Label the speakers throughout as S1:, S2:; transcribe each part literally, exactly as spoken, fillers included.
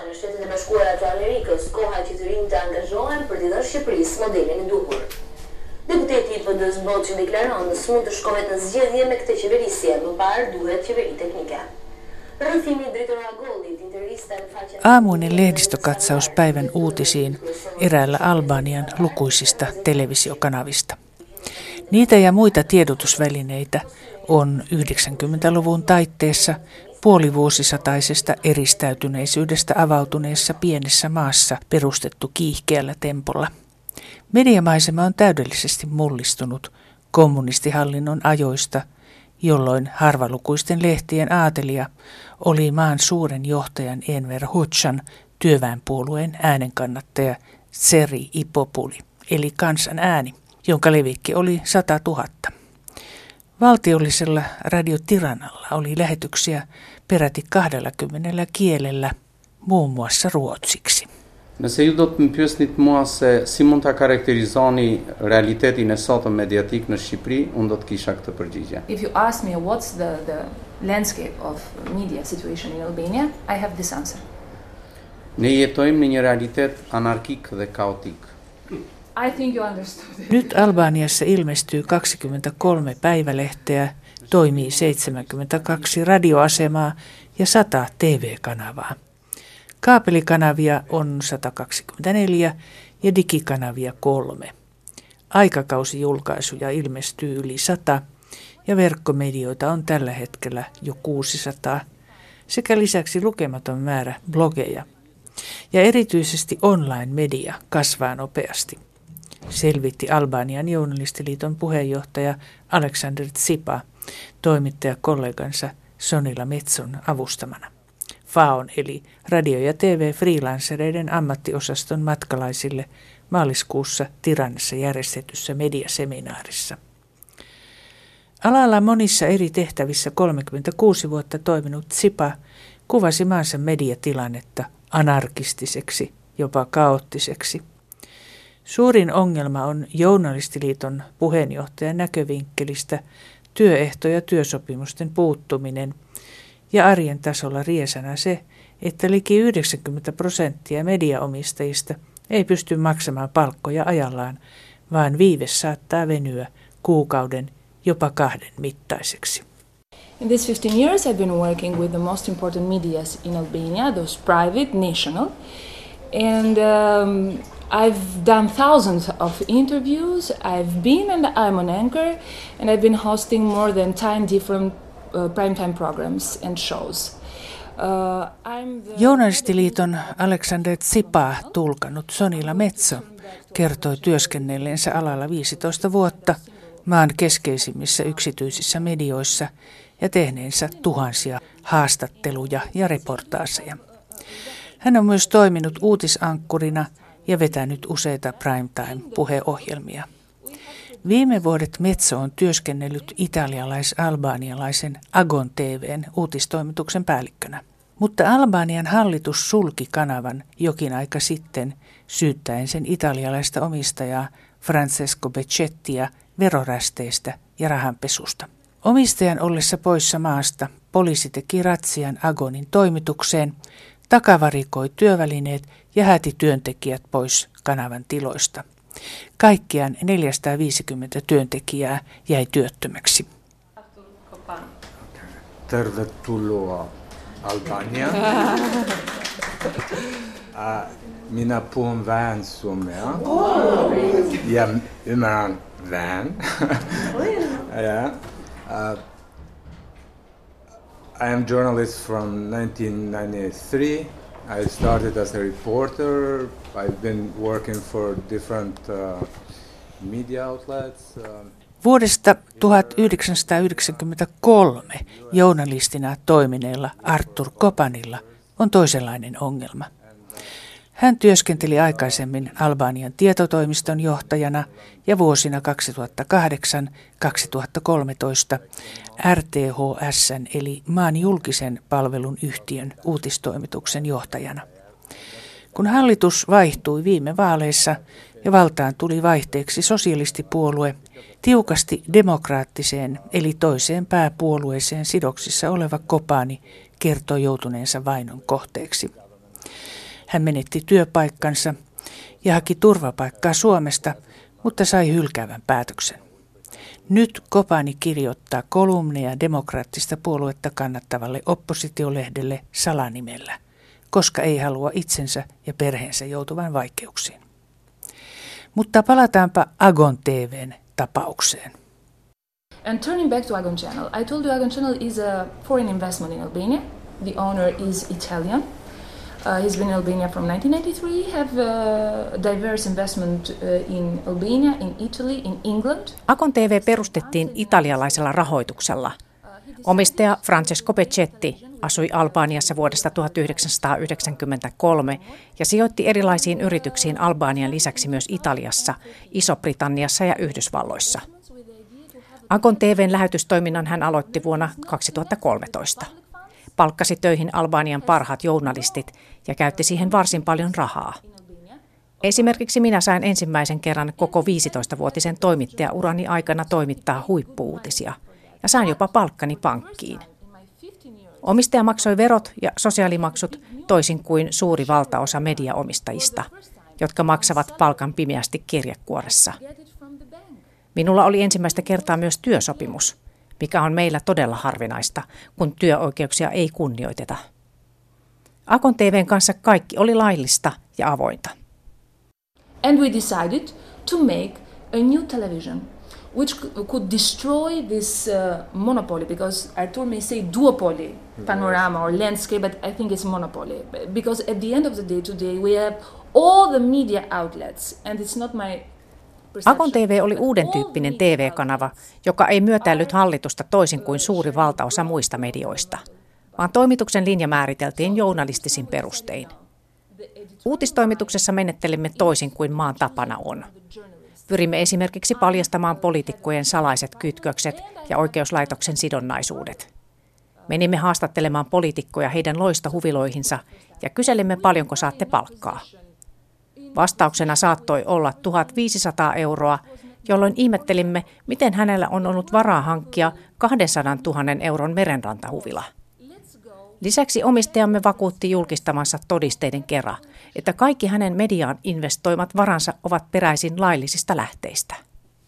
S1: në Shtetet e Bashkuara të Amerikës, koha që të rinj të angazhohen për t'i dhënë Shqipërisë modelin e duhur. Deputeti i P D-s Boçi deklaron se mund të shkohet në zgjedhje me këtë qeverisje, më parë duhet qeveri teknike. Rrëfimi drejtori Agollit, intervista në faqen...
S2: Aamuinen lehdistökatsaus päivän uutisiin eräällä Albanian lukuisista televisiokanavista. Niitä ja muita tiedotusvälineitä on yhdeksänkymmentäluvun taitteessa puolivuosisataisesta eristäytyneisyydestä avautuneessa pienessä maassa perustettu kiihkeällä tempolla. Mediamaisema on täydellisesti mullistunut kommunistihallinnon ajoista, jolloin harvalukuisten lehtien aatelija oli maan suuren johtajan Enver Hoxhan työväenpuolueen äänenkannattaja Zeri i Populi, eli kansan ääni, jonka levikki oli sata tuhatta. Valtiollisella Radio Tiranalla oli lähetyksiä peräti kahdellakymmenellä kielellä, muun muassa ruotsiksi.
S3: Nëse ju do të më pyesnit mua se si mund ta karakterizoni realitetin e sotëm mediatik në Shqipëri, unë do të kisha këtë përgjigje.
S4: If you ask me what's the, the landscape of media situation in Albania, I have this answer.
S3: Ne jetojmë në një realitet anarkik dhe kaotik.
S4: I think you understood.
S2: Nyt Albaniassa ilmestyy kaksikymmentäkolme päivälehteä, toimii seitsemänkymmentäkaksi radioasemaa ja sata T V-kanavaa. Kaapelikanavia on sata kaksikymmentäneljä ja digikanavia kolme. Aikakausijulkaisuja ilmestyy yli sata ja verkkomedioita on tällä hetkellä jo kuusisataa sekä lisäksi lukematon määrä blogeja. Ja erityisesti online-media kasvaa nopeasti, selvitti Albanian journalistiliiton puheenjohtaja Alexander Tsipa toimittajakollegansa Sonila Metson avustamana. F A O:n eli radio- ja T V-freelancereiden ammattiosaston matkalaisille maaliskuussa Tiranassa järjestetyssä mediaseminaarissa. Alalla monissa eri tehtävissä kolmekymmentäkuusi vuotta toiminut Tsipa kuvasi maansa mediatilannetta anarkistiseksi, jopa kaoottiseksi. Suurin ongelma on Journalistiliiton puheenjohtajan näkövinkkelistä työehto- ja työsopimusten puuttuminen ja arjen tasolla riesana se, että liki yhdeksänkymmentä prosenttia mediaomistajista ei pysty maksamaan palkkoja ajallaan, vaan viive saattaa venyä kuukauden, jopa kahden mittaiseksi.
S4: In these fifteen years I've been working with the most important medias in Albania, those private, national, and um, I've done thousands of interviews, I've been and I'm an anchor, and I've been hosting more than ten different uh, primetime programs and shows. Uh, I'm the...
S2: Journalistiliiton Alexander Tsipa tulkanut Sonila Metso kertoi työskennelleensä alalla viisitoista vuotta maan keskeisimmissä yksityisissä medioissa ja tehneensä tuhansia haastatteluja ja reportaaseja. Hän on myös toiminut uutisankkurina ja vetänyt useita primetime-puheohjelmia. Viime vuodet Metso on työskennellyt italialais-albaanialaisen Agon T V:n uutistoimituksen päällikkönä. Mutta Albanian hallitus sulki kanavan jokin aika sitten syyttäen sen italialaista omistajaa Francesco Becchettiä verorästeistä ja rahanpesusta. Omistajan ollessa poissa maasta poliisi teki ratsian Agonin toimitukseen, takavarikoi työvälineet ja hääti työntekijät pois kanavan tiloista. Kaikkiaan neljäsataaviisikymmentä työntekijää jäi työttömäksi.
S5: Tervetuloa Albania. Minä puhun vähän suomea ja ymmärrän vähän. Yeah. Uh, I am a journalist from nineteen ninety-three. I started as a reporter. I've been working for different uh, media outlets. Uh,
S2: Vuodesta tuhatyhdeksänsataayhdeksänkymmentäkolme journalistina toimineella Artur Kopanilla on toisenlainen ongelma. Hän työskenteli aikaisemmin Albanian tietotoimiston johtajana ja vuosina kaksituhattakahdeksan kaksituhattakolmetoista R T H S:n eli maan julkisen palvelun yhtiön uutistoimituksen johtajana. Kun hallitus vaihtui viime vaaleissa ja valtaan tuli vaihteeksi sosialistipuolue, tiukasti demokraattiseen eli toiseen pääpuolueeseen sidoksissa oleva Kopani kertoi joutuneensa vainon kohteeksi. Hän menetti työpaikkansa ja haki turvapaikkaa Suomesta, mutta sai hylkäävän päätöksen. Nyt Kobani kirjoittaa kolumneja demokraattista puoluetta kannattavalle oppositiolehdelle salanimellä, koska ei halua itsensä ja perheensä joutuvan vaikeuksiin. Mutta palataanpa Agon T V:n tapaukseen.
S4: And turning back to Agon Channel, I told you Agon Channel is a foreign investment in Albania. The owner is Italian. Uh, he's been in Albania from nineteen ninety-three, have uh, diverse investment uh, in Albania, in Italy, in England.
S6: Agon T V perustettiin italialaisella rahoituksella. Omistaja Francesco Beccetti asui Albaniassa vuodesta tuhatyhdeksänsataayhdeksänkymmentäkolme ja sijoitti erilaisiin yrityksiin Albanian lisäksi myös Italiassa, Iso-Britanniassa ja Yhdysvalloissa. Agon T V:n lähetystoiminnan hän aloitti vuonna kaksituhattakolmetoista. Palkkasi töihin Albanian parhaat journalistit ja käytti siihen varsin paljon rahaa. Esimerkiksi minä sain ensimmäisen kerran koko viisitoistavuotisen toimittajaurani aikana toimittaa huippu-uutisia ja sain jopa palkkani pankkiin. Omistaja maksoi verot ja sosiaalimaksut toisin kuin suuri valtaosa mediaomistajista, jotka maksavat palkan pimeästi kirjekuoressa. Minulla oli ensimmäistä kertaa myös työsopimus, mikä on meillä todella harvinaista, kun työoikeuksia ei kunnioiteta. Agon T V:n kanssa kaikki oli laillista ja avointa.
S4: And we decided to make a new television which could destroy this uh, monopoly, because Artur may say duopoly, panorama or landscape, but I think it's monopoly. Because at the end of the day today we have all the media outlets, and it's not my
S6: Agon T V oli uuden tyyppinen T V-kanava, joka ei myötäillyt hallitusta toisin kuin suuri valtaosa muista medioista, vaan toimituksen linja määriteltiin journalistisin perustein. Uutistoimituksessa menettelimme toisin kuin maan tapana on. Pyrimme esimerkiksi paljastamaan poliitikkojen salaiset kytkökset ja oikeuslaitoksen sidonnaisuudet. Menimme haastattelemaan poliitikkoja heidän loistohuviloihinsa ja kyselimme paljonko saatte palkkaa. Vastauksena saattoi olla tuhatviisisataa euroa, jolloin ihmettelimme, miten hänellä on ollut varaa hankkia kaksisataatuhatta euron merenrantahuvila. Lisäksi omistajamme vakuutti julkistamansa todisteiden kera, että kaikki hänen mediaan investoimat varansa ovat peräisin laillisista lähteistä.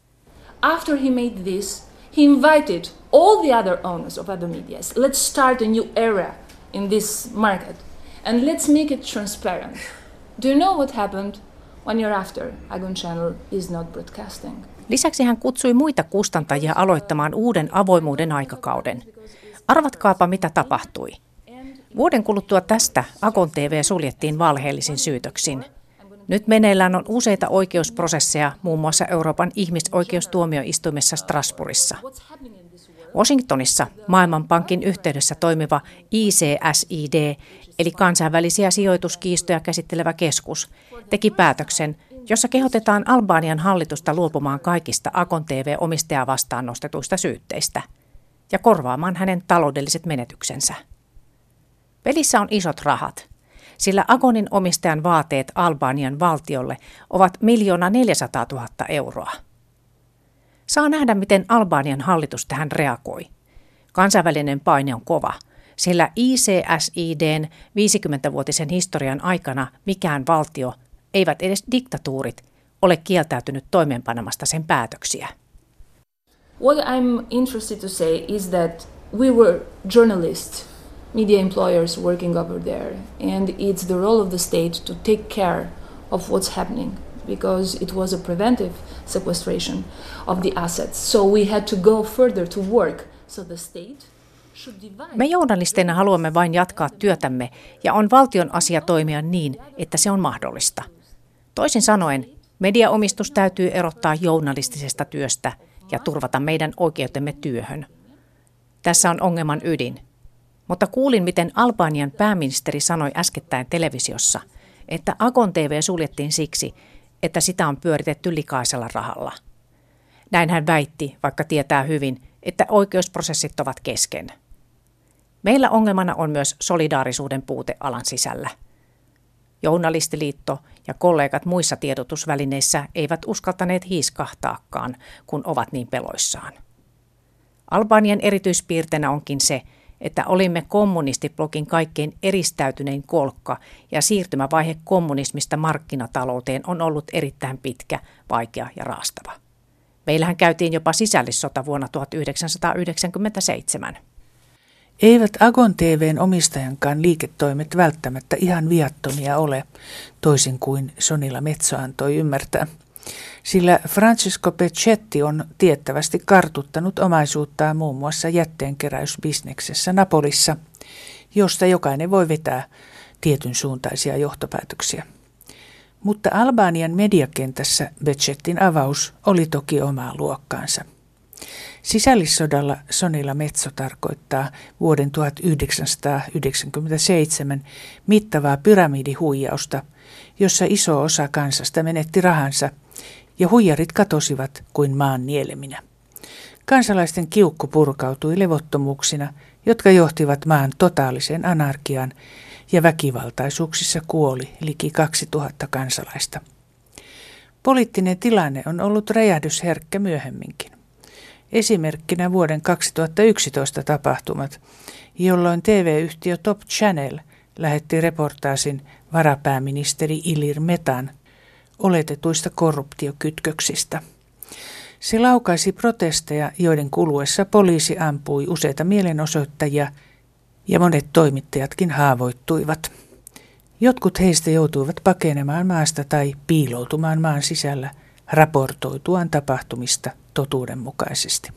S4: After he made this, he invited all the other owners of other medias. Let's start a new era in this market and let's make it transparent. Do you know what happened one year after Agon Channel is not broadcasting?
S6: Lisäksi hän kutsui muita kustantajia aloittamaan uuden avoimuuden aikakauden. Arvatkaapa, mitä tapahtui. Vuoden kuluttua tästä Agon T V suljettiin valheellisin syytöksin. Nyt meneillään on useita oikeusprosesseja muun muassa Euroopan ihmisoikeustuomioistuimessa Strasbourgissa. Washingtonissa Maailmanpankin yhteydessä toimiva I C S I D, eli kansainvälisiä sijoituskiistoja käsittelevä keskus, teki päätöksen, jossa kehotetaan Albanian hallitusta luopumaan kaikista Agon T V-omistajaa vastaan nostetuista syytteistä ja korvaamaan hänen taloudelliset menetyksensä. Pelissä on isot rahat, sillä Agonin omistajan vaateet Albanian valtiolle ovat miljoona neljäsataatuhatta euroa. Saa nähdä, miten Albanian hallitus tähän reagoi. Kansainvälinen paine on kova, sillä I C S I D:n viisikymmentävuotisen historian aikana mikään valtio, eivät edes diktatuurit, ole kieltäytynyt toimeenpanemasta sen päätöksiä.
S4: What I'm interested to say is that we were journalists, media employers working over there, and it's the role of the state to take care of what's happening, because it was a preventive sequestration of the assets. So we had to go further to work. So the state should divide.
S6: Me journalisteina haluamme vain jatkaa työtämme ja on valtion asia toimia niin, että se on mahdollista. Toisin sanoen, mediaomistus täytyy erottaa journalistisesta työstä ja turvata meidän oikeutemme työhön. Tässä on ongelman ydin. Mutta kuulin, miten Albanian pääministeri sanoi äskettäin televisiossa, että Agon T V suljettiin siksi, että sitä on pyöritetty likaisella rahalla. Näin hän väitti, vaikka tietää hyvin, että oikeusprosessit ovat kesken. Meillä ongelmana on myös solidaarisuuden puute alan sisällä. Journalistiliitto ja kollegat muissa tiedotusvälineissä eivät uskaltaneet hiiskahtaakaan, kun ovat niin peloissaan. Albanian erityispiirteenä onkin se, että olimme kommunistiblogin kaikkein eristäytynein kolkka ja siirtymävaihe kommunismista markkinatalouteen on ollut erittäin pitkä, vaikea ja raastava. Meillähän käytiin jopa sisällissota vuonna tuhatyhdeksänsataayhdeksänkymmentäseitsemän.
S2: Eivät Agon T V:n omistajankaan liiketoimet välttämättä ihan viattomia ole, toisin kuin Sonila Metso antoi ymmärtää. Sillä Francesco Peccetti on tiettävästi kartuttanut omaisuuttaan muun muassa jätteenkeräysbisneksessä Napolissa, josta jokainen voi vetää tietyn suuntaisia johtopäätöksiä. Mutta Albanian mediakentässä Peccettin avaus oli toki omaa luokkaansa. Sisällissodalla Sonila Metso tarkoittaa vuoden tuhatyhdeksänsataayhdeksänkymmentäseitsemän mittavaa pyramidihuijausta, jossa iso osa kansasta menetti rahansa ja huijarit katosivat kuin maan nieleminä. Kansalaisten kiukku purkautui levottomuuksina, jotka johtivat maan totaaliseen anarkiaan ja väkivaltaisuuksissa kuoli liki kaksituhatta kansalaista. Poliittinen tilanne on ollut räjähdysherkkä myöhemminkin. Esimerkkinä vuoden kaksituhattayksitoista tapahtumat, jolloin T V-yhtiö Top Channel lähetti reportaasin varapääministeri Ilir Metan oletetuista korruptiokytköksistä. Se laukaisi protesteja, joiden kuluessa poliisi ampui useita mielenosoittajia ja monet toimittajatkin haavoittuivat. Jotkut heistä joutuivat pakenemaan maasta tai piiloutumaan maan sisällä raportoituaan tapahtumista totuudenmukaisesti.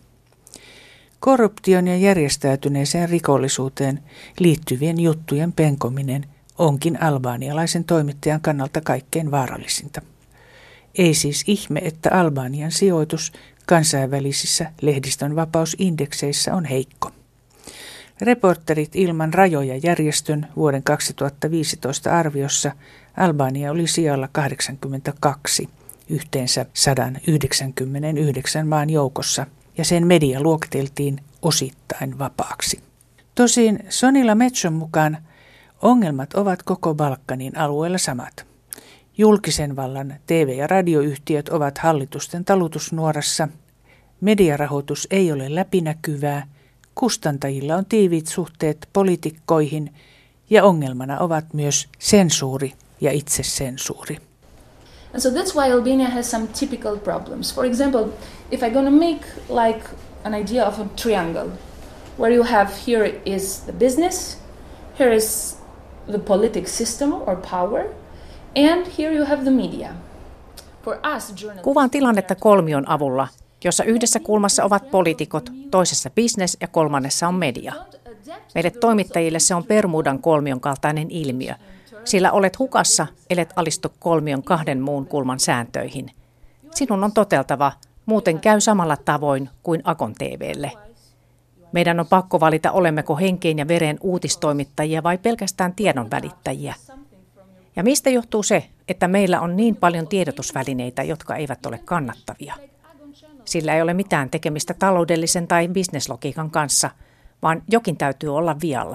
S2: Korruption ja järjestäytyneeseen rikollisuuteen liittyvien juttujen penkominen onkin albanialaisen toimittajan kannalta kaikkein vaarallisinta. Ei siis ihme, että Albanian sijoitus kansainvälisissä lehdistönvapausindekseissä on heikko. Reporterit ilman rajoja järjestön vuoden kaksituhattaviisitoista arviossa Albania oli sijalla kahdeksankymmentäkaksi yhteensä sata yhdeksänkymmentäyhdeksän maan joukossa ja sen media luokiteltiin osittain vapaaksi. Tosin Sonila Metson mukaan ongelmat ovat koko Balkanin alueella samat. Julkisen vallan T V- ja radioyhtiöt ovat hallitusten talutusnuorassa, mediarahoitus ei ole läpinäkyvää, kustantajilla on tiiviit suhteet poliitikkoihin ja ongelmana ovat myös sensuuri ja itsesensuuri.
S4: And so that's why Albania has some typical problems. For example, if I'm going to make like an idea of a triangle, where you have here is the business, here is the political system or power, and here you have the media. For us journalists,
S6: kuvaan tilannetta kolmion avulla, jossa yhdessä kulmassa ovat poliitikot, toisessa business ja kolmannessa on media. Meille toimittajille se on Bermudan kolmion kaltainen ilmiö, sillä olet hukassa, ellet alistu kolmion kahden muun kulman sääntöihin. Sinun on toteltava, muuten käy samalla tavoin kuin Agon T V:lle. Meidän on pakko valita, olemmeko henkeen ja veren uutistoimittajia vai pelkästään tiedon välittäjiä. Ja mistä johtuu se, että meillä on niin paljon tiedotusvälineitä, jotka eivät ole kannattavia? Sillä ei ole mitään tekemistä taloudellisen tai bisneslogiikan kanssa, vaan jokin täytyy olla vialla.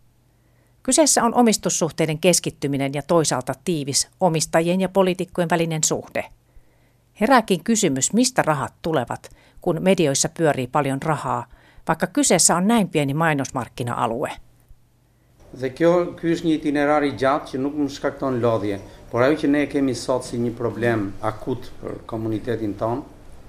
S6: Kyseessä on omistussuhteiden keskittyminen ja toisaalta tiivis omistajien ja poliitikkojen välinen suhde. Herääkin kysymys, mistä rahat tulevat, kun medioissa pyörii paljon rahaa, vaikka kyseessä on näin pieni mainosmarkkina-alue.
S3: Dhe kjo ky është një itinerari gjatë që nuk më shkakton lodhje, por ajo që ne kemi sot si një problem akut për komunitetin ton,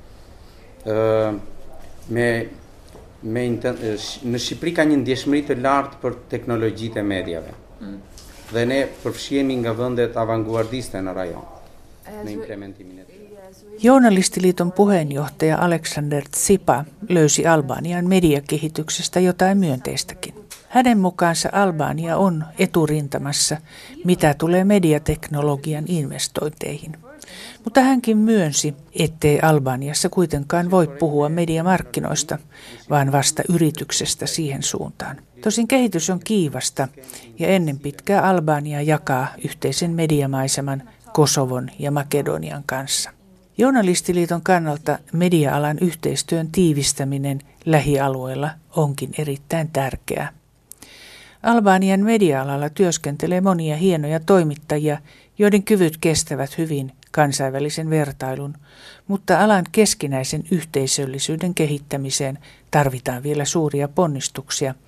S3: ë me me në Shqipëri ka një ndjeshmëri të lartë për teknologjitë e mediave. Mm. Dhe ne përfshihemi nga vendet avanguardiste në rajon në implementimin e tyre.
S2: Journalistiliiton puheenjohtaja Alexander Tsipa löysi Albanian mediakehityksestä jotain myönteistäkin. Hänen mukaansa Albania on eturintamassa, mitä tulee mediateknologian investointeihin. Mutta hänkin myönsi, ettei Albaniassa kuitenkaan voi puhua mediamarkkinoista, vaan vasta yrityksestä siihen suuntaan. Tosin kehitys on kiivasta ja ennen pitkää Albania jakaa yhteisen mediamaiseman Kosovon ja Makedonian kanssa. Journalistiliiton kannalta media-alan yhteistyön tiivistäminen lähialueilla onkin erittäin tärkeää. Albanian media-alalla työskentelee monia hienoja toimittajia, joiden kyvyt kestävät hyvin kansainvälisen vertailun, mutta alan keskinäisen yhteisöllisyyden kehittämiseen tarvitaan vielä suuria ponnistuksia,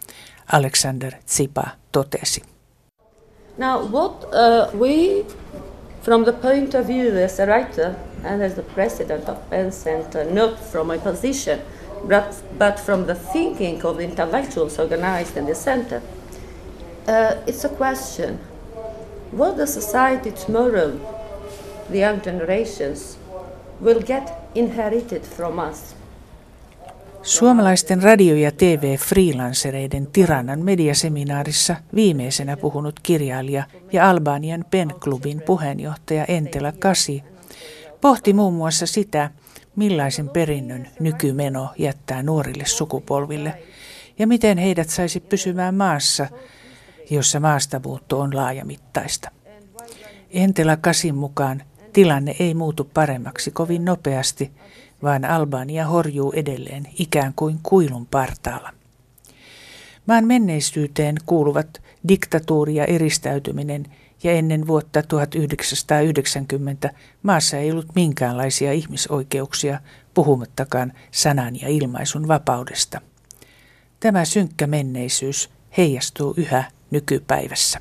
S2: Alexander Tsipa totesi.
S7: Now, what uh, we, from the point of view as a writer and as the president of Penn Center, not from my position, but, but from the thinking of the intellectuals organized in the center, uh, it's a question, what the society tomorrow, the young generations, will get inherited from us.
S2: Suomalaisten radio- ja T V-freelancereiden Tiranan mediaseminaarissa viimeisenä puhunut kirjailija ja Albanian Pen-klubin puheenjohtaja Entela Kasi pohti muun muassa sitä, millaisen perinnön nykymeno jättää nuorille sukupolville ja miten heidät saisi pysymään maassa, jossa maastamuutto on laajamittaista. Entela Kasin mukaan tilanne ei muutu paremmaksi kovin nopeasti, vaan Albania horjuu edelleen ikään kuin kuilun partaalla. Maan menneisyyteen kuuluvat diktatuuri ja eristäytyminen, ja ennen vuotta tuhatyhdeksänsataayhdeksänkymmentä maassa ei ollut minkäänlaisia ihmisoikeuksia, puhumattakaan sanan ja ilmaisun vapaudesta. Tämä synkkä menneisyys heijastuu yhä nykypäivässä.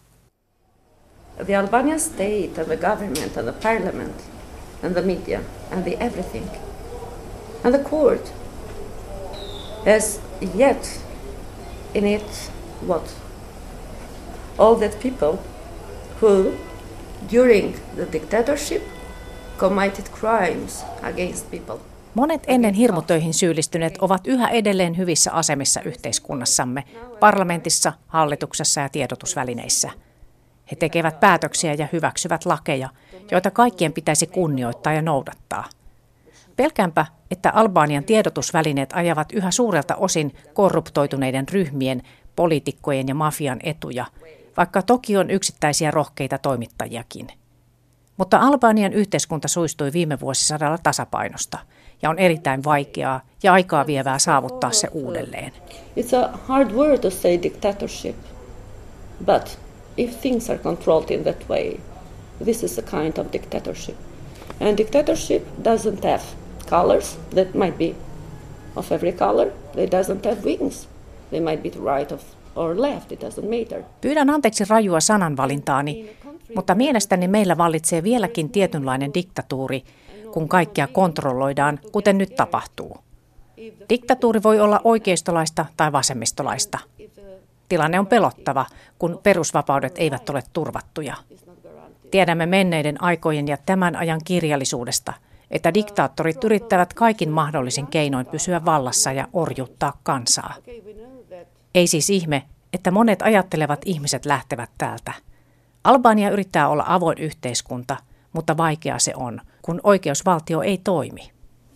S7: The Albanian state and the government and the parliament and the media and the everything and the court has yet in it what? All that people who during the dictatorship committed crimes against people.
S6: Monet ennen hirmutöihin syyllistyneet ovat yhä edelleen hyvissä asemissa yhteiskunnassamme, parlamentissa, hallituksessa ja tiedotusvälineissä. He tekevät päätöksiä ja hyväksyvät lakeja, joita kaikkien pitäisi kunnioittaa ja noudattaa. Pelkäänpä, että Albanian tiedotusvälineet ajavat yhä suurelta osin korruptoituneiden ryhmien, poliitikkojen ja mafian etuja, vaikka toki on yksittäisiä rohkeita toimittajiakin. Mutta Albanian yhteiskunta suistui viime vuosisadalla tasapainosta ja on erittäin vaikeaa ja aikaa vievää saavuttaa se uudelleen.
S7: It's a hard word to say dictatorship, but if things are controlled in that way, this is a kind of dictatorship. And dictatorship doesn't have colors, that might be of every color. They doesn't have wings. They might be right of or left, it doesn't matter.
S6: Pyydän anteeksi rajua sananvalintaani, mutta mielestäni meillä vallitsee vieläkin tietynlainen diktatuuri, kun kaikkea kontrolloidaan, kuten nyt tapahtuu. Diktatuuri voi olla oikeistolaista tai vasemmistolaista. Tilanne on pelottava, kun perusvapaudet eivät ole turvattuja. Tiedämme menneiden aikojen ja tämän ajan kirjallisuudesta, että diktaattorit yrittävät kaikin mahdollisin keinoin pysyä vallassa ja orjuttaa kansaa. Ei siis ihme, että monet ajattelevat ihmiset lähtevät täältä. Albania yrittää olla avoin yhteiskunta, mutta vaikea se on, kun oikeusvaltio ei toimi.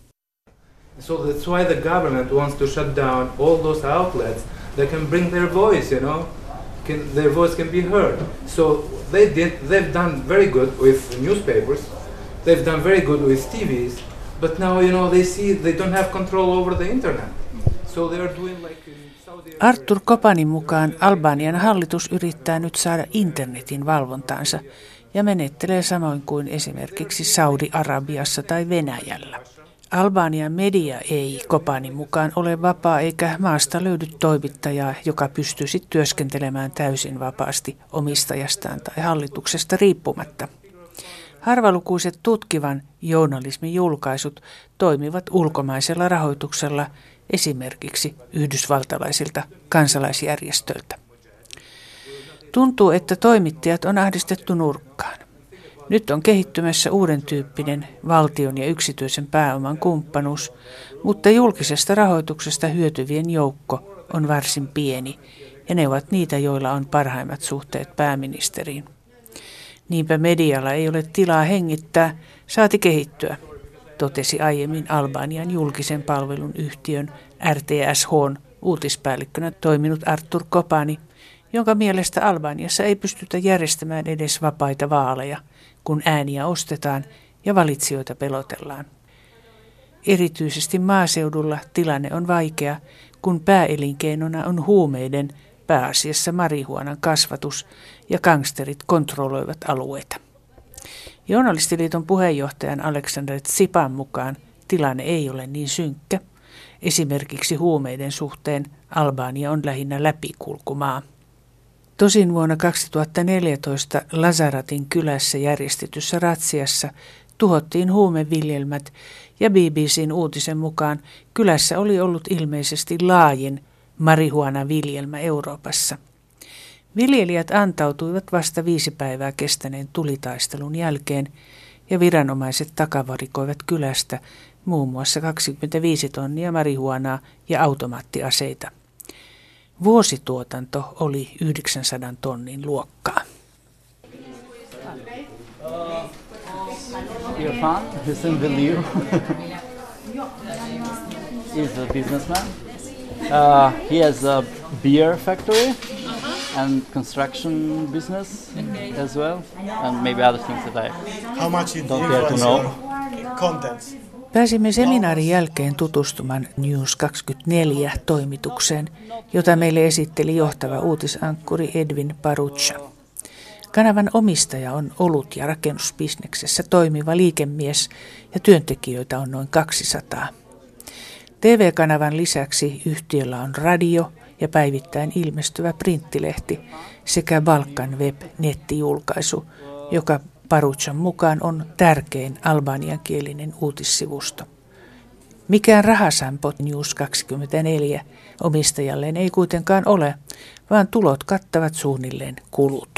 S8: So that's why the government wants to shut down all those outlets that can bring their voice, you know, can, their voice can be heard. So they did, they've done very good with newspapers, they've done very good with T Vs, but now, you know, they see they don't have control over the internet. So they are doing like in Saudi Arabia.
S2: Artur Kopanin mukaan Albanian hallitus yrittää nyt saada internetin valvontaansa ja menettelee samoin kuin esimerkiksi Saudi-Arabiassa tai Venäjällä. Albanian media ei Kopanin mukaan ole vapaa eikä maasta löydy toimittajaa, joka pystyisi työskentelemään täysin vapaasti omistajastaan tai hallituksesta riippumatta. Harvalukuiset tutkivan journalismin julkaisut toimivat ulkomaisella rahoituksella, esimerkiksi yhdysvaltalaisilta kansalaisjärjestöiltä. Tuntuu, että toimittajat on ahdistettu nurkkaan. Nyt on kehittymässä uuden tyyppinen valtion ja yksityisen pääoman kumppanuus, mutta julkisesta rahoituksesta hyötyvien joukko on varsin pieni, ja ne ovat niitä, joilla on parhaimmat suhteet pääministeriin. Niinpä medialla ei ole tilaa hengittää, saati kehittyä, totesi aiemmin Albanian julkisen palvelun yhtiön R T S H:n uutispäällikkönä toiminut Artur Kopani, jonka mielestä Albaniassa ei pystytä järjestämään edes vapaita vaaleja, kun ääniä ostetaan ja valitsijoita pelotellaan. Erityisesti maaseudulla tilanne on vaikea, kun pääelinkeinona on huumeiden, pääasiassa marihuonan kasvatus ja gangsterit kontrolloivat alueita. Journalistiliiton puheenjohtajan Alexander Tsipan mukaan tilanne ei ole niin synkkä. Esimerkiksi huumeiden suhteen Albania on lähinnä läpikulkumaa. Tosin vuonna kaksituhattaneljätoista Lazaratin kylässä järjestetyssä ratsiassa tuhottiin huumeviljelmät ja B B C:n uutisen mukaan kylässä oli ollut ilmeisesti laajin marihuanaviljelmä Euroopassa. Viljelijät antautuivat vasta viisi päivää kestäneen tulitaistelun jälkeen ja viranomaiset takavarikoivat kylästä muun muassa kaksikymmentäviisi tonnia marihuanaa ja automaattiaseita. Vuosituotanto oli yhdeksänsadan tonnin luokkaa.
S9: Irfan Hussein Veliu is a businessman. Uh, he has a beer factory and construction business as well, and maybe other things that I
S10: How much
S9: don't care to know.
S10: Contents?
S2: Pääsimme seminaarin jälkeen tutustumaan News kaksikymmentäneljä-toimitukseen, jota meille esitteli johtava uutisankkuri Edwin Parucha. Kanavan omistaja on olut- ja rakennusbisneksessä toimiva liikemies ja työntekijöitä on noin kaksisataa. T V-kanavan lisäksi yhtiöllä on radio ja päivittäin ilmestyvä printtilehti sekä Balkan Web-nettijulkaisu, joka Paruchan mukaan on tärkein albaniankielinen uutissivusto. Mikään rahasampo News kaksikymmentäneljä omistajalleen ei kuitenkaan ole, vaan tulot kattavat suunnilleen kulut.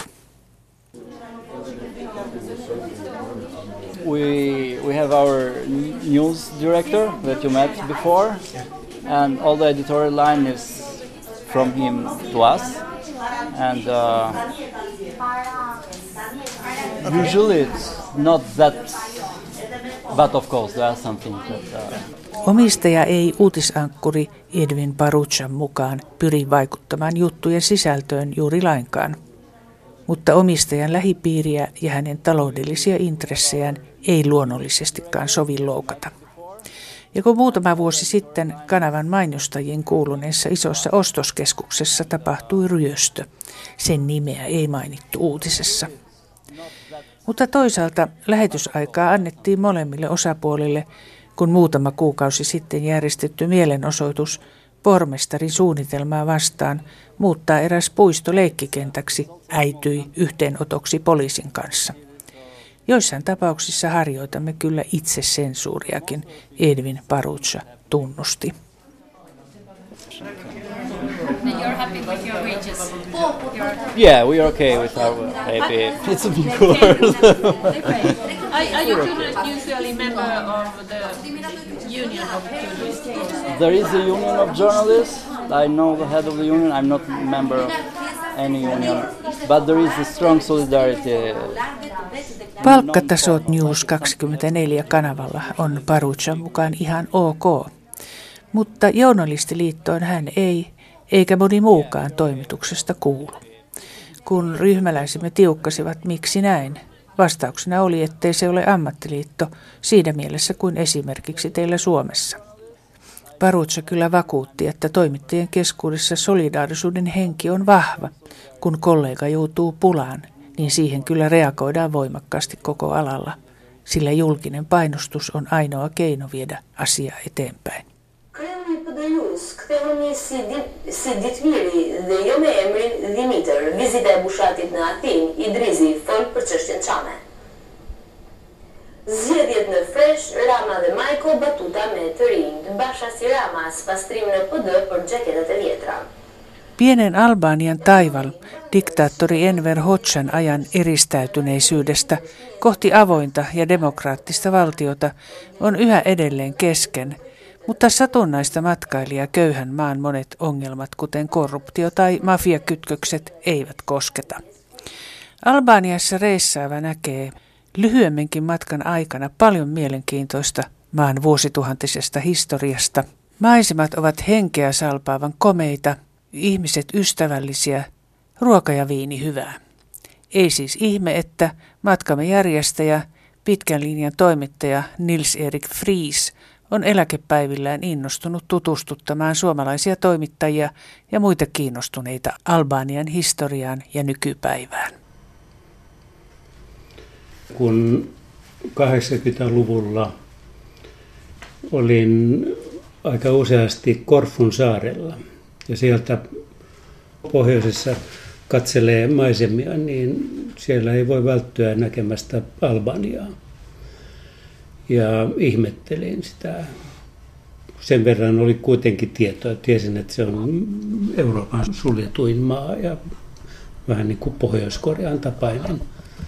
S9: We we have our news director that you met before, and all the editorial line is from him to us. And uh, usually it's not that, but of course there are some things that... Uh,
S2: Omistaja ei uutisankkuri Edwin Paruchan mukaan pyri vaikuttamaan juttujen sisältöön juuri lainkaan. Mutta omistajan lähipiiriä ja hänen taloudellisia intressejään ei luonnollisestikaan sovi loukata. Ja kun muutama vuosi sitten kanavan mainostajien kuuluneessa isossa ostoskeskuksessa tapahtui ryöstö, sen nimeä ei mainittu uutisessa. Mutta toisaalta lähetysaikaa annettiin molemmille osapuolille, kun muutama kuukausi sitten järjestetty mielenosoitus pormestarin suunnitelmaa vastaan muuttaa eräs puisto leikkikentäksi äityi yhteenotoksi poliisin kanssa. Joissain tapauksissa harjoitamme kyllä itsesensuuriakin, Edwin Parucha tunnusti.
S11: You're happy with your wages?
S9: Yeah, we are okay with our happy. It's a big word.
S11: Are, are you usually member of the union of journalists?
S9: There is a union of journalists. I know the head of the union. I'm not a member of any union, but there is a strong solidarity.
S2: Palkkatasot News kaksikymmentäneljä kanavalla on Paruchan mukaan ihan ok, mutta Journalistiliittoon hän ei, eikä moni muukaan toimituksesta kuulu. Kun ryhmäläisimme tiukkasivat miksi näin, vastauksena oli, ettei se ole ammattiliitto siinä mielessä kuin esimerkiksi teillä Suomessa. Parucha kyllä vakuutti, että toimittajien keskuudessa solidaarisuuden henki on vahva. Kun kollega joutuu pulaan, niin siihen kyllä reagoidaan voimakkaasti koko alalla, sillä julkinen painostus on ainoa keino viedä asiaa eteenpäin.
S1: Zgjedhjet në Fresh, Rama dhe Majko batuta me të rinj, bashasi Ramas pastrim në P D për gjaketat e vjetra.
S2: Pienen Albanian taival diktaattori Enver Hochan ajan eristäytyneisyydestä kohti avointa ja demokraattista valtiota on yhä edelleen kesken, mutta satunnaista matkailijaa köyhän maan monet ongelmat, kuten korruptio tai mafiakytkökset, eivät kosketa. Albaniassa reissaava näkee lyhyemminkin matkan aikana paljon mielenkiintoista maan vuosituhantisesta historiasta. Maisemat ovat henkeä salpaavan komeita, ihmiset ystävällisiä, ruoka ja viini hyvää. Ei siis ihme, että matkamme järjestäjä, pitkän linjan toimittaja Nils-Erik Friis on eläkepäivillään innostunut tutustuttamaan suomalaisia toimittajia ja muita kiinnostuneita Albanian historiaan ja nykypäivään.
S12: Kun kahdeksankymmentäluvulla olin
S10: aika useasti Korfun saarella ja sieltä pohjoisessa katselee maisemia, niin siellä ei voi välttyä näkemästä Albaniaa. Ja ihmettelin sitä. Sen verran oli kuitenkin tietoa. Tiesin, että se on Euroopan suljetuin maa ja vähän niin kuin Pohjois-Korean tapainen.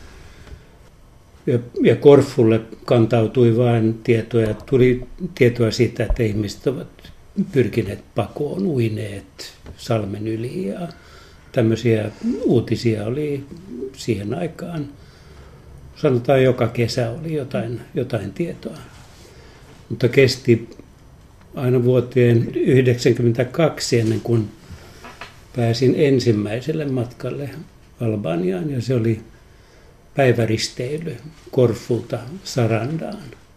S10: Ja, ja Korfulle kantautui vain tietoja. Tuli tietoa siitä, että ihmiset ovat pyrkineet pakoon, uineet salmen yli ja tämmöisiä uutisia oli siihen aikaan. Sanotaan joka kesä oli jotain, jotain tietoa. Mutta kesti aina vuoteen yhdeksänkymmentäkaksi ennen kuin pääsin ensimmäiselle matkalle Albaniaan. Ja se oli päiväristeily Korfulta Sarandaan.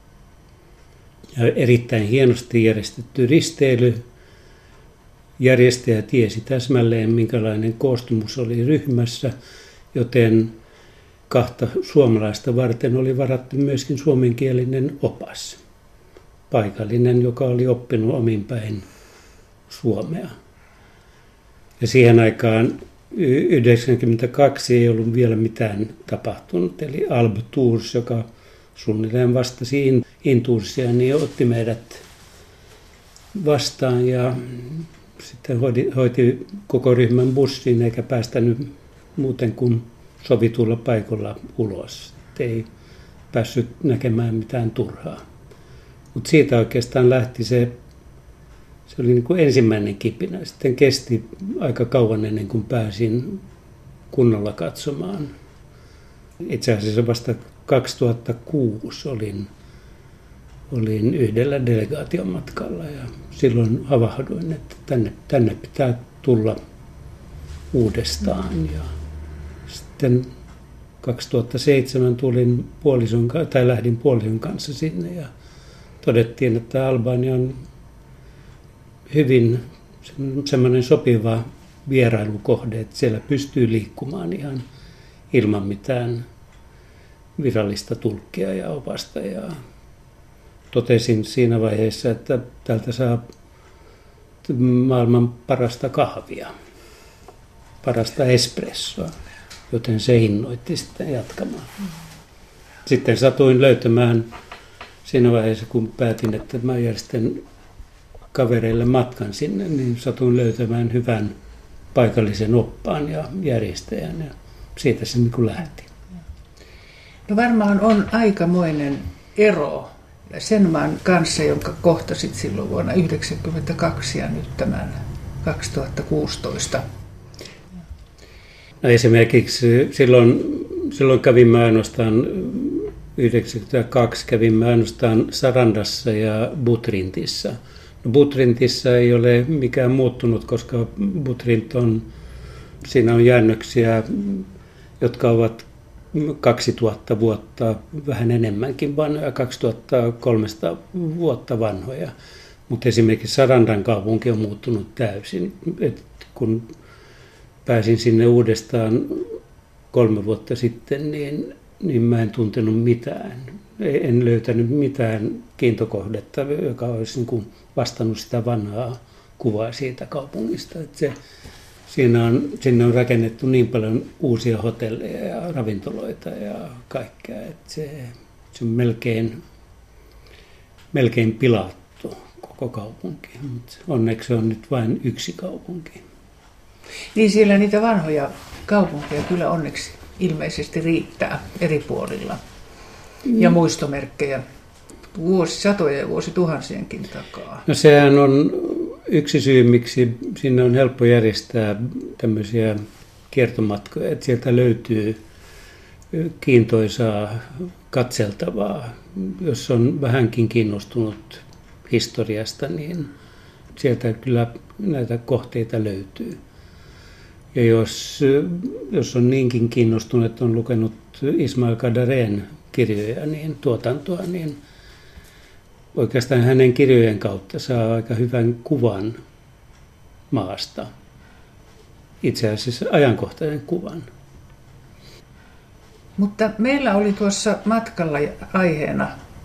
S10: Ja erittäin hienosti järjestetty risteily. Järjestäjä tiesi täsmälleen, minkälainen koostumus oli ryhmässä, joten kahta suomalaista varten oli varattu myöskin suomenkielinen opas. Paikallinen, joka oli oppinut omin päin suomea. Ja siihen aikaan yhdeksänkymmentäkaksi ei ollut vielä mitään tapahtunut, eli Alb Tours, joka suunnilleen vastasi Intoursia, niin otti meidät vastaan ja sitten hoiti, hoiti koko ryhmän bussiin eikä päästänyt muuten kuin sovitulla paikalla ulos. Et ei päässyt näkemään mitään turhaa. Mutta siitä oikeastaan lähti se, se oli niin kuin ensimmäinen kipinä. Sitten kesti aika kauan ennen kuin pääsin kunnolla katsomaan. Itse asiassa vasta kaksituhattakuusi olin, olin yhdellä delegaation matkalla ja silloin havahduin, että tänne, tänne pitää tulla uudestaan. Ja sitten kaksituhattaseitsemän tulin puolison, tai lähdin puolison kanssa sinne ja todettiin, että Albania on hyvin semmoinen sopiva vierailukohde, että siellä pystyy liikkumaan ihan ilman mitään virallista tulkkia ja opasta. Ja totesin siinä vaiheessa, että täältä saa maailman parasta kahvia, parasta espressoa, joten se innoitti sitten jatkamaan. Sitten satuin löytämään siinä vaiheessa, kun päätin, että mä järjestän kavereille matkan sinne, niin satuin löytämään hyvän paikallisen oppaan ja järjestäjän ja siitä se niin kuin lähti.
S2: No varmaan on aikamoinen ero sen maan kanssa, jonka kohtasit silloin vuonna yhdeksänkymmentäkaksi ja nyt tämän kaksituhattakuusitoista.
S10: No esimerkiksi silloin, silloin kävimme ainoastaan, yhdeksänkymmentäkaksi kävimme ainoastaan Sarandassa ja Butrintissa. No Butrintissa ei ole mikään muuttunut, koska Butrint on, siinä on jäännöksiä, jotka ovat kaksituhatta vuotta, vähän enemmänkin vanhoja, kaksituhattakolmesataa vuotta vanhoja. Mutta esimerkiksi Sarandan kaupunki on muuttunut täysin. Et kun pääsin sinne uudestaan kolme vuotta sitten, niin, niin mä en tuntenut mitään. En löytänyt mitään kiintokohdetta, joka olisi niin kuin vastannut sitä vanhaa kuvaa siitä kaupungista. Et se, siinä on, sinne on rakennettu niin paljon uusia hotelleja ja ravintoloita ja kaikkea, että se, se on melkein, melkein pilattu koko kaupunki. Mut onneksi se on nyt vain yksi kaupunki.
S2: Niin siellä niitä vanhoja kaupunkeja kyllä onneksi ilmeisesti riittää eri puolilla. Ja muistomerkkejä vuosisatoja ja vuosituhansienkin takaa.
S10: No sehän on yksi syy, miksi sinne on helppo järjestää tämmöisiä kiertomatkoja, että sieltä löytyy kiintoisaa katseltavaa. Jos on vähänkin kiinnostunut historiasta, niin sieltä kyllä näitä kohteita löytyy. Ja jos, jos on niinkin kiinnostunut, että on lukenut Ismail Qadareen kirjoja, niin tuotantoa, niin oikeastaan hänen kirjojen kautta saa aika hyvän kuvan maasta. Itse asiassa ajankohtaisen kuvan.
S2: Mutta meillä oli tuossa matkalla aiheena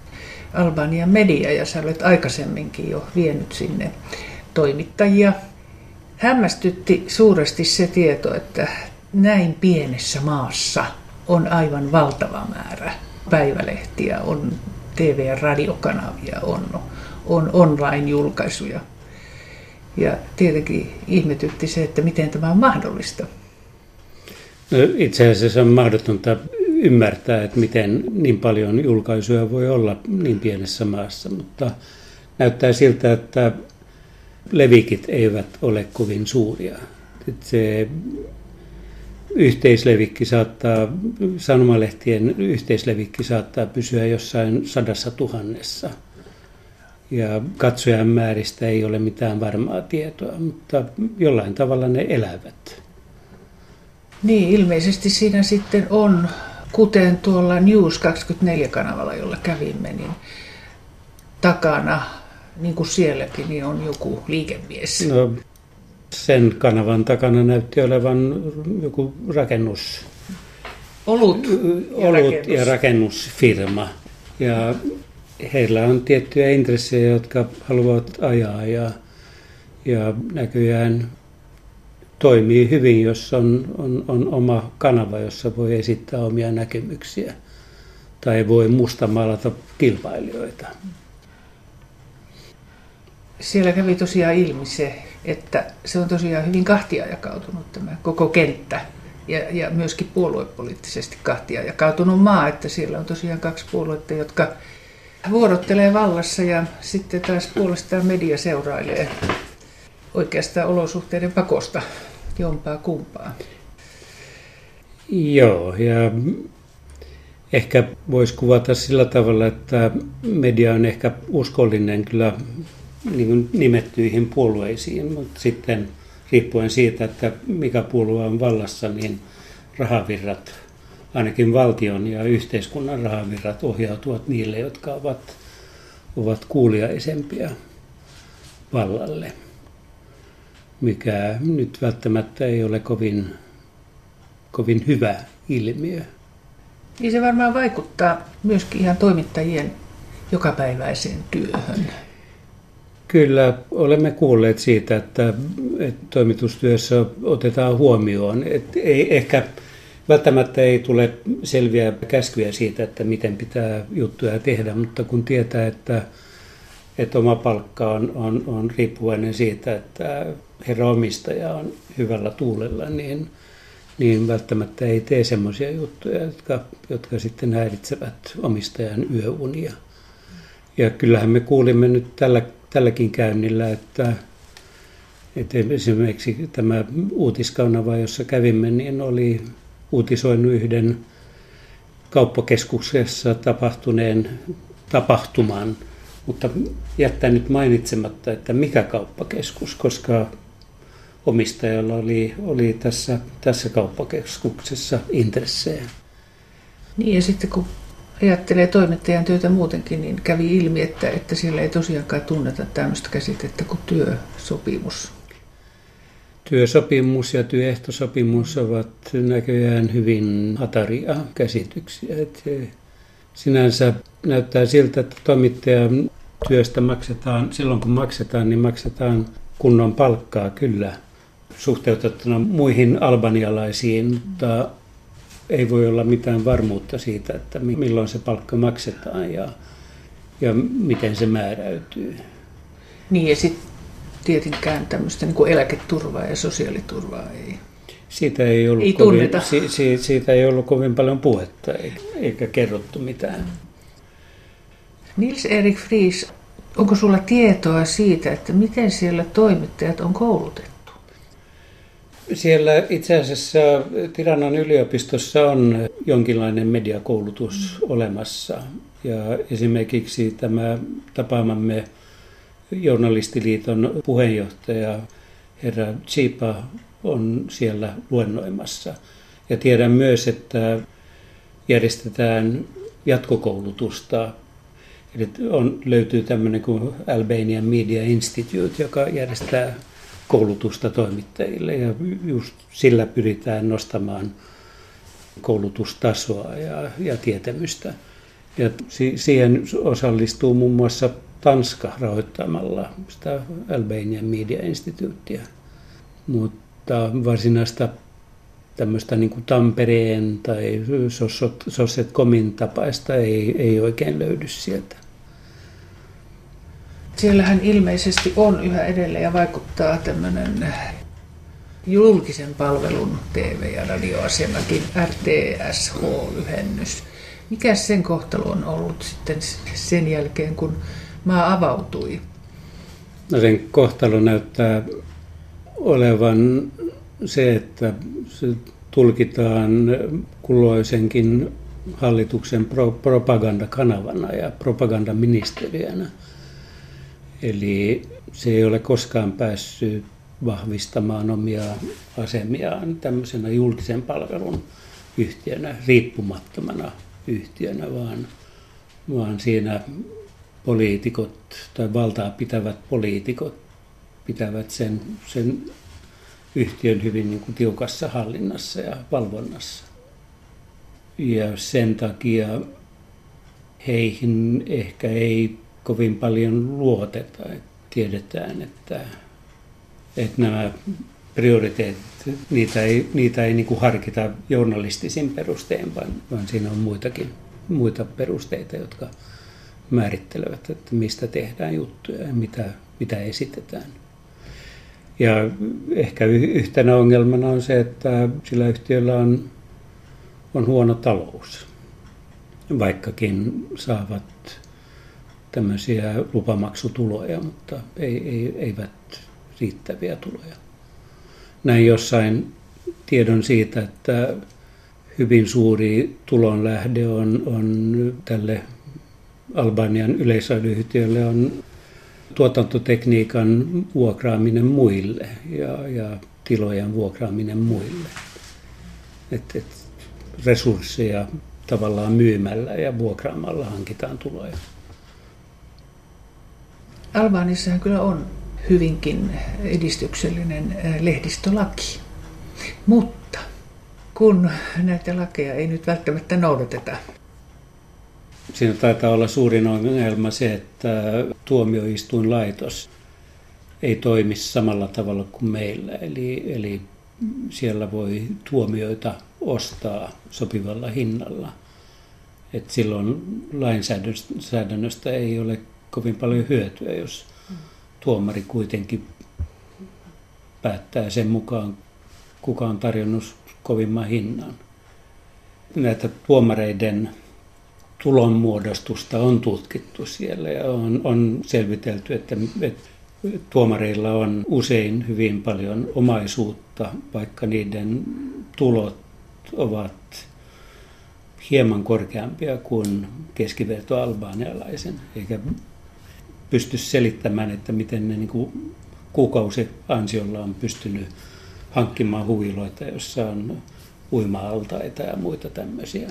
S2: Albanian media ja sä olet aikaisemminkin jo vienyt sinne toimittajia. Hämmästytti suuresti se tieto, että näin pienessä maassa on aivan valtava määrä päivälehtiä, on T V- ja radiokanavia, on, on online-julkaisuja. Ja tietenkin ihmetytti se, että miten tämä on mahdollista.
S10: No, itse asiassa on mahdotonta ymmärtää, että miten niin paljon julkaisuja voi olla niin pienessä maassa, mutta näyttää siltä, että levikit eivät ole kovin suuria. Että se yhteislevikki saattaa, sanomalehtien yhteislevikki saattaa pysyä jossain sadassa tuhannessa. Ja katsojan määristä ei ole mitään varmaa tietoa, mutta jollain tavalla ne elävät.
S2: Niin, ilmeisesti siinä sitten on, kuten tuolla News kaksikymmentäneljä-kanavalla, jolla kävimme, niin takana, niin kuin sielläkin, niin on joku liikemies.
S10: No, sen kanavan takana näytti olevan joku rakennus.
S2: Olut ja,
S10: Olut
S2: rakennus.
S10: ja rakennusfirma. Ja heillä on tiettyjä intressejä, jotka haluavat ajaa ja, ja näköjään toimii hyvin, jos on, on, on oma kanava, jossa voi esittää omia näkemyksiä tai voi mustamaalata kilpailijoita.
S2: Siellä kävi tosiaan ilmi se, että se on tosiaan hyvin kahtia jakautunut tämä koko kenttä ja, ja myöskin puoluepoliittisesti kahtia jakautunut maa, että siellä on tosiaan kaksi puoluetta, jotka vuorottelee vallassa ja sitten taas puolestaan media seurailee oikeastaan olosuhteiden pakosta jompaa kumpaa.
S10: Joo, ja ehkä voisi kuvata sillä tavalla, että media on ehkä uskollinen kyllä niin kuin nimettyihin puolueisiin, mutta sitten riippuen siitä, että mikä puolue on vallassa, niin rahavirrat, ainakin valtion ja yhteiskunnan rahavirrat ohjautuvat niille, jotka ovat, ovat kuuliaisempia vallalle, mikä nyt välttämättä ei ole kovin, kovin hyvä ilmiö.
S2: Niin se varmaan vaikuttaa myöskin ihan toimittajien jokapäiväiseen työhön.
S10: Kyllä, olemme kuulleet siitä, että, että toimitustyössä otetaan huomioon. Että ei, ehkä välttämättä ei tule selviä käskyjä siitä, että miten pitää juttuja tehdä, mutta kun tietää, että, että oma palkka on, on, on riippuvainen siitä, että herra omistaja on hyvällä tuulella, niin, niin välttämättä ei tee semmoisia juttuja, jotka, jotka sitten häiritsevät omistajan yöunia. Ja kyllähän me kuulimme nyt tällä tälläkin käynnillä, että, että esimerkiksi tämä uutiskanava, jossa kävimme, niin oli uutisoinut yhden kauppakeskuksessa tapahtuneen tapahtuman, mutta jättänyt mainitsematta, että mikä kauppakeskus, koska omistajalla oli, oli tässä, tässä kauppakeskuksessa intressejä.
S2: Niin ja sitten kun ajattelee toimittajan työtä muutenkin, niin kävi ilmi, että, että siellä ei tosiaankaan tunneta tämmöistä käsitettä kuin työsopimus.
S10: Työsopimus ja työehtosopimus ovat näköjään hyvin hataria käsityksiä. Et sinänsä näyttää siltä, että toimittajan työstä maksetaan, silloin kun maksetaan, niin maksetaan kunnon palkkaa kyllä suhteutettuna muihin albanialaisiin, mutta ei voi olla mitään varmuutta siitä, että milloin se palkka maksetaan ja, ja miten se määräytyy.
S2: Niin ja sitten tietenkään tämmöistä niin kuin eläketurvaa ja sosiaaliturvaa ei,
S10: siitä ei ollut
S2: ei
S10: kovin,
S2: tunneta.
S10: si, si, siitä ei ollut kovin paljon puhetta eikä, eikä kerrottu mitään.
S2: Nils-Erik Friis, onko sulla tietoa siitä, että miten siellä toimittajat on koulutettu?
S10: Siellä itse asiassa Tiranan yliopistossa on jonkinlainen mediakoulutus olemassa. Ja esimerkiksi tämä tapaamamme journalistiliiton puheenjohtaja herra Tsipa on siellä luennoimassa. Ja tiedän myös, että järjestetään jatkokoulutusta. Eli on, löytyy tämmöinen kuin Albanian Media Institute, joka järjestää koulutusta toimittajille ja just sillä pyritään nostamaan koulutustasoa ja, ja tietämystä. Ja siihen osallistuu muun muassa Tanska rahoittamalla sitä Albanian Media Institutea. Mutta varsinaista tämmöistä niin kuin Tampereen tai Sossetcomin tapaista ei, ei oikein löydy sieltä.
S2: Siellähän ilmeisesti on yhä edelleen ja vaikuttaa tämmöinen julkisen palvelun T V- ja radioasemakin, R T S H-lyhennys. Mikä sen kohtalo on ollut sitten sen jälkeen, kun maa avautui?
S10: No sen kohtalo näyttää olevan se, että se tulkitaan kulloisenkin hallituksen pro- propagandakanavana ja propagandaministeriönä. Eli se ei ole koskaan päässyt vahvistamaan omia asemiaan tämmöisenä julkisen palvelun yhtiönä, riippumattomana yhtiönä, vaan, vaan siinä poliitikot tai valtaa pitävät poliitikot pitävät sen, sen yhtiön hyvin niin kuin tiukassa hallinnassa ja valvonnassa. Ja sen takia heihin ehkä ei kovin paljon luoteta. Tiedetään, että, että nämä prioriteetit, niitä ei, niitä ei niin kuin harkita journalistisin perustein, vaan, vaan siinä on muitakin, muita perusteita, jotka määrittelevät, että mistä tehdään juttuja ja mitä, mitä esitetään. Ja ehkä yhtenä ongelmana on se, että sillä yhtiöllä on, on huono talous, vaikkakin saavat tämmöisiä lupamaksutuloja, mutta ei, ei, eivät riittäviä tuloja. Näin jossain tiedon siitä, että hyvin suuri tulonlähde on, on tälle Albanian yleisradioyhtiölle on tuotantotekniikan vuokraaminen muille ja, ja tilojen vuokraaminen muille. Et, et resursseja tavallaan myymällä ja vuokraamalla hankitaan tuloja.
S2: Albanissahan kyllä on hyvinkin edistyksellinen lehdistölaki, mutta kun näitä lakeja ei nyt välttämättä noudateta.
S10: Siinä taitaa olla suurin ongelma se, että tuomioistuinlaitos ei toimi samalla tavalla kuin meillä. Eli, eli siellä voi tuomioita ostaa sopivalla hinnalla. Et silloin lainsäädännöstä ei ole kovin paljon hyötyä, jos tuomari kuitenkin päättää sen mukaan, kuka on tarjonnut kovimman hinnan. Näitä tuomareiden tulonmuodostusta on tutkittu siellä ja on, on selvitelty, että, että tuomareilla on usein hyvin paljon omaisuutta, vaikka niiden tulot ovat hieman korkeampia kuin keskivertoalbaanialaisen, eikä pysty selittämään, että miten ne niin kuin kuukausiansiolla on pystynyt hankkimaan huviloita, jossa on uima-altaita ja muita tämmöisiä.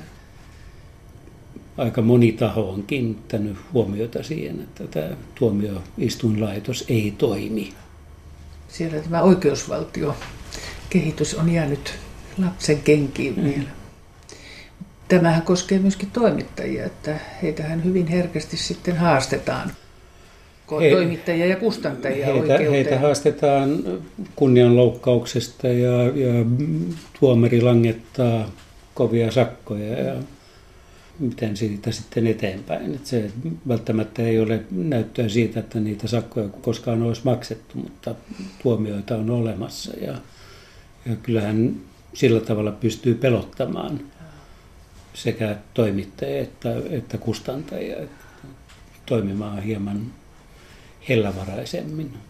S10: Aika moni taho on kiinnittänyt huomiota siihen, että tämä tuomioistuinlaitos ei toimi.
S2: Siellä tämä oikeusvaltiokehitys on jäänyt lapsen kenkiin mm. vielä. Tämähän koskee myöskin toimittajia, että heitähän hyvin herkästi sitten haastetaan. He, toimittajia ja kustantajia
S10: heitä,
S2: oikeuteen.
S10: Heitä haastetaan kunnianloukkauksesta ja, ja tuomari langettaa kovia sakkoja ja miten siitä sitten eteenpäin. Että se välttämättä ei ole näyttöä siitä, että niitä sakkoja koskaan olisi maksettu, mutta tuomioita on olemassa ja, ja kyllähän sillä tavalla pystyy pelottamaan sekä toimittajia että, että kustantajia että toimimaan hieman hellävaraisemmin.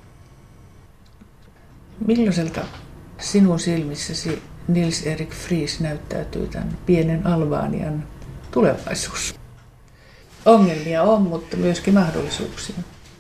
S2: Millaiselta sinun silmissäsi Nils-Erik Friis näyttäytyy tämän pienen Albanian tulevaisuus? Ongelmia on, mutta myöskin mahdollisuuksia.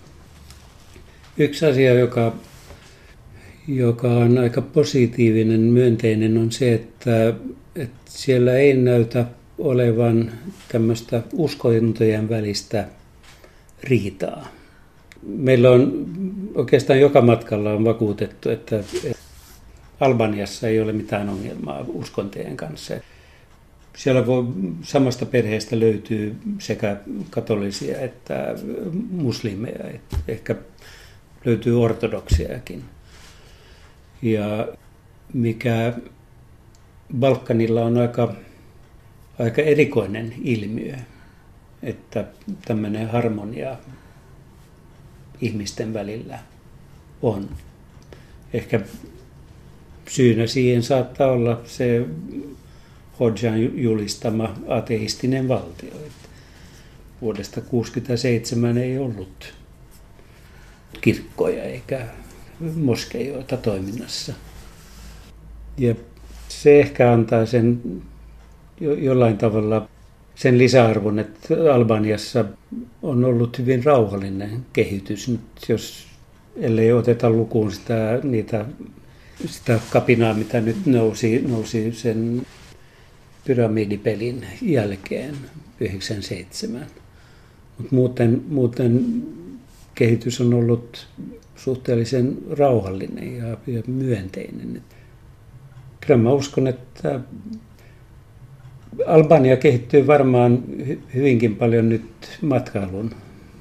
S10: Yksi asia, joka, joka on aika positiivinen, myönteinen, on se, että, että siellä ei näytä olevan tämmöistä uskontojen välistä riitaa. Meillä on oikeastaan joka matkalla on vakuutettu, että Albaniassa ei ole mitään ongelmaa uskontojen kanssa. siellä voi, samasta perheestä löytyy sekä katolisia että muslimeja, että ehkä löytyy ortodoksiakin. Ja mikä Balkanilla on aika, aika erikoinen ilmiö, että tämmöinen harmonia ihmisten välillä on. Ehkä syynä siihen saattaa olla se Hodjan julistama ateistinen valtio. Että vuodesta tuhatyhdeksänsataakuusikymmentäseitsemän ei ollut kirkkoja eikä moskeijoita toiminnassa. Ja se ehkä antaa sen jo, jollain tavalla sen lisäarvon, että Albaniassa on ollut hyvin rauhallinen kehitys. Nyt jos ellei oteta lukuun sitä, niitä, sitä kapinaa, mitä nyt nousi, nousi sen pyramidipelin jälkeen yhdeksänkymmentäseitsemän. Mutta muuten, muuten kehitys on ollut suhteellisen rauhallinen ja, ja myönteinen. Kyllä mä uskon, että Albania kehittyy varmaan hyvinkin paljon nyt matkailun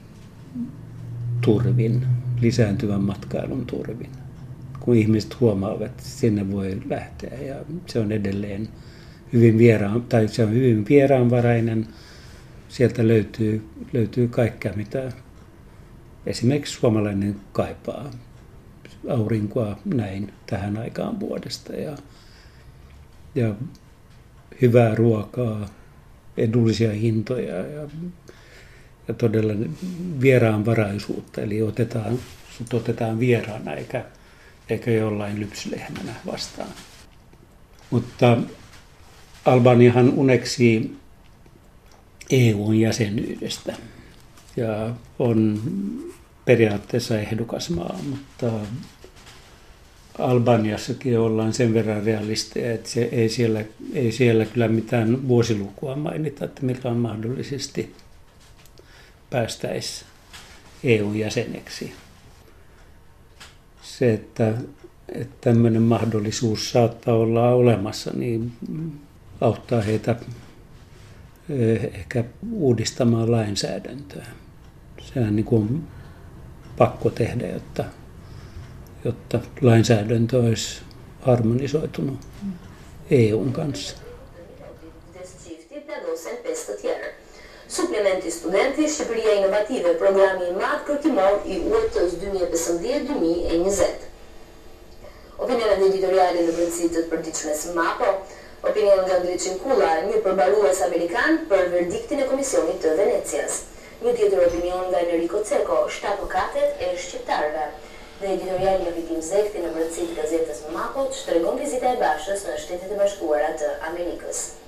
S10: turvin, lisääntyvän matkailun turvin. Kun ihmiset huomaavat, että sinne voi lähteä ja se on edelleen hyvin vieraan, tai se on hyvin vieraanvarainen. Sieltä löytyy, löytyy kaikkea, mitä esimerkiksi suomalainen kaipaa. Aurinkoa näin tähän aikaan vuodesta ja, ja hyvää ruokaa, edullisia hintoja ja, ja todella vieraanvaraisuutta. Eli otetaan, sut otetaan vieraana eikä, eikä jollain lypsylehmänä vastaan. Mutta Albaniahan uneksii E U:n jäsenyydestä ja on periaatteessa ehdokasmaa, mutta Albaniassakin ollaan sen verran realisteja, että se ei, siellä, ei siellä kyllä mitään vuosilukua mainita, että milloin mahdollisesti päästäisiin E U:n jäseneksi. Se, että, että tämmöinen mahdollisuus saattaa olla olemassa, niin auttaa heitä ehkä uudistamaan lainsäädäntöä. Sehän niin kuin on pakko tehdä, jotta, jotta lainsäädäntö olisi harmonisoitunut E U:n kanssa.
S1: Supplementi studenti Shqipëria Inovative, programi i madh për timor i U E T-s dy mijë e pesëmbëdhjetë dy mijë e njëzet. Opinionet editoriale në brendësi të përditshmes MAPO, opinion nga Glicin Kulla, një përmbarues amerikan për verdiktin e Komisionit të Venecias. Një tjetër opinion nga Enrico Ceko, shtatokatet e shqiptarëve. Dhe editoriali nga Vitim Zekti në brendësi të gazetës MAPO të shtregon vizita e Bashës në Shtetet e Bashkuara të Amerikës.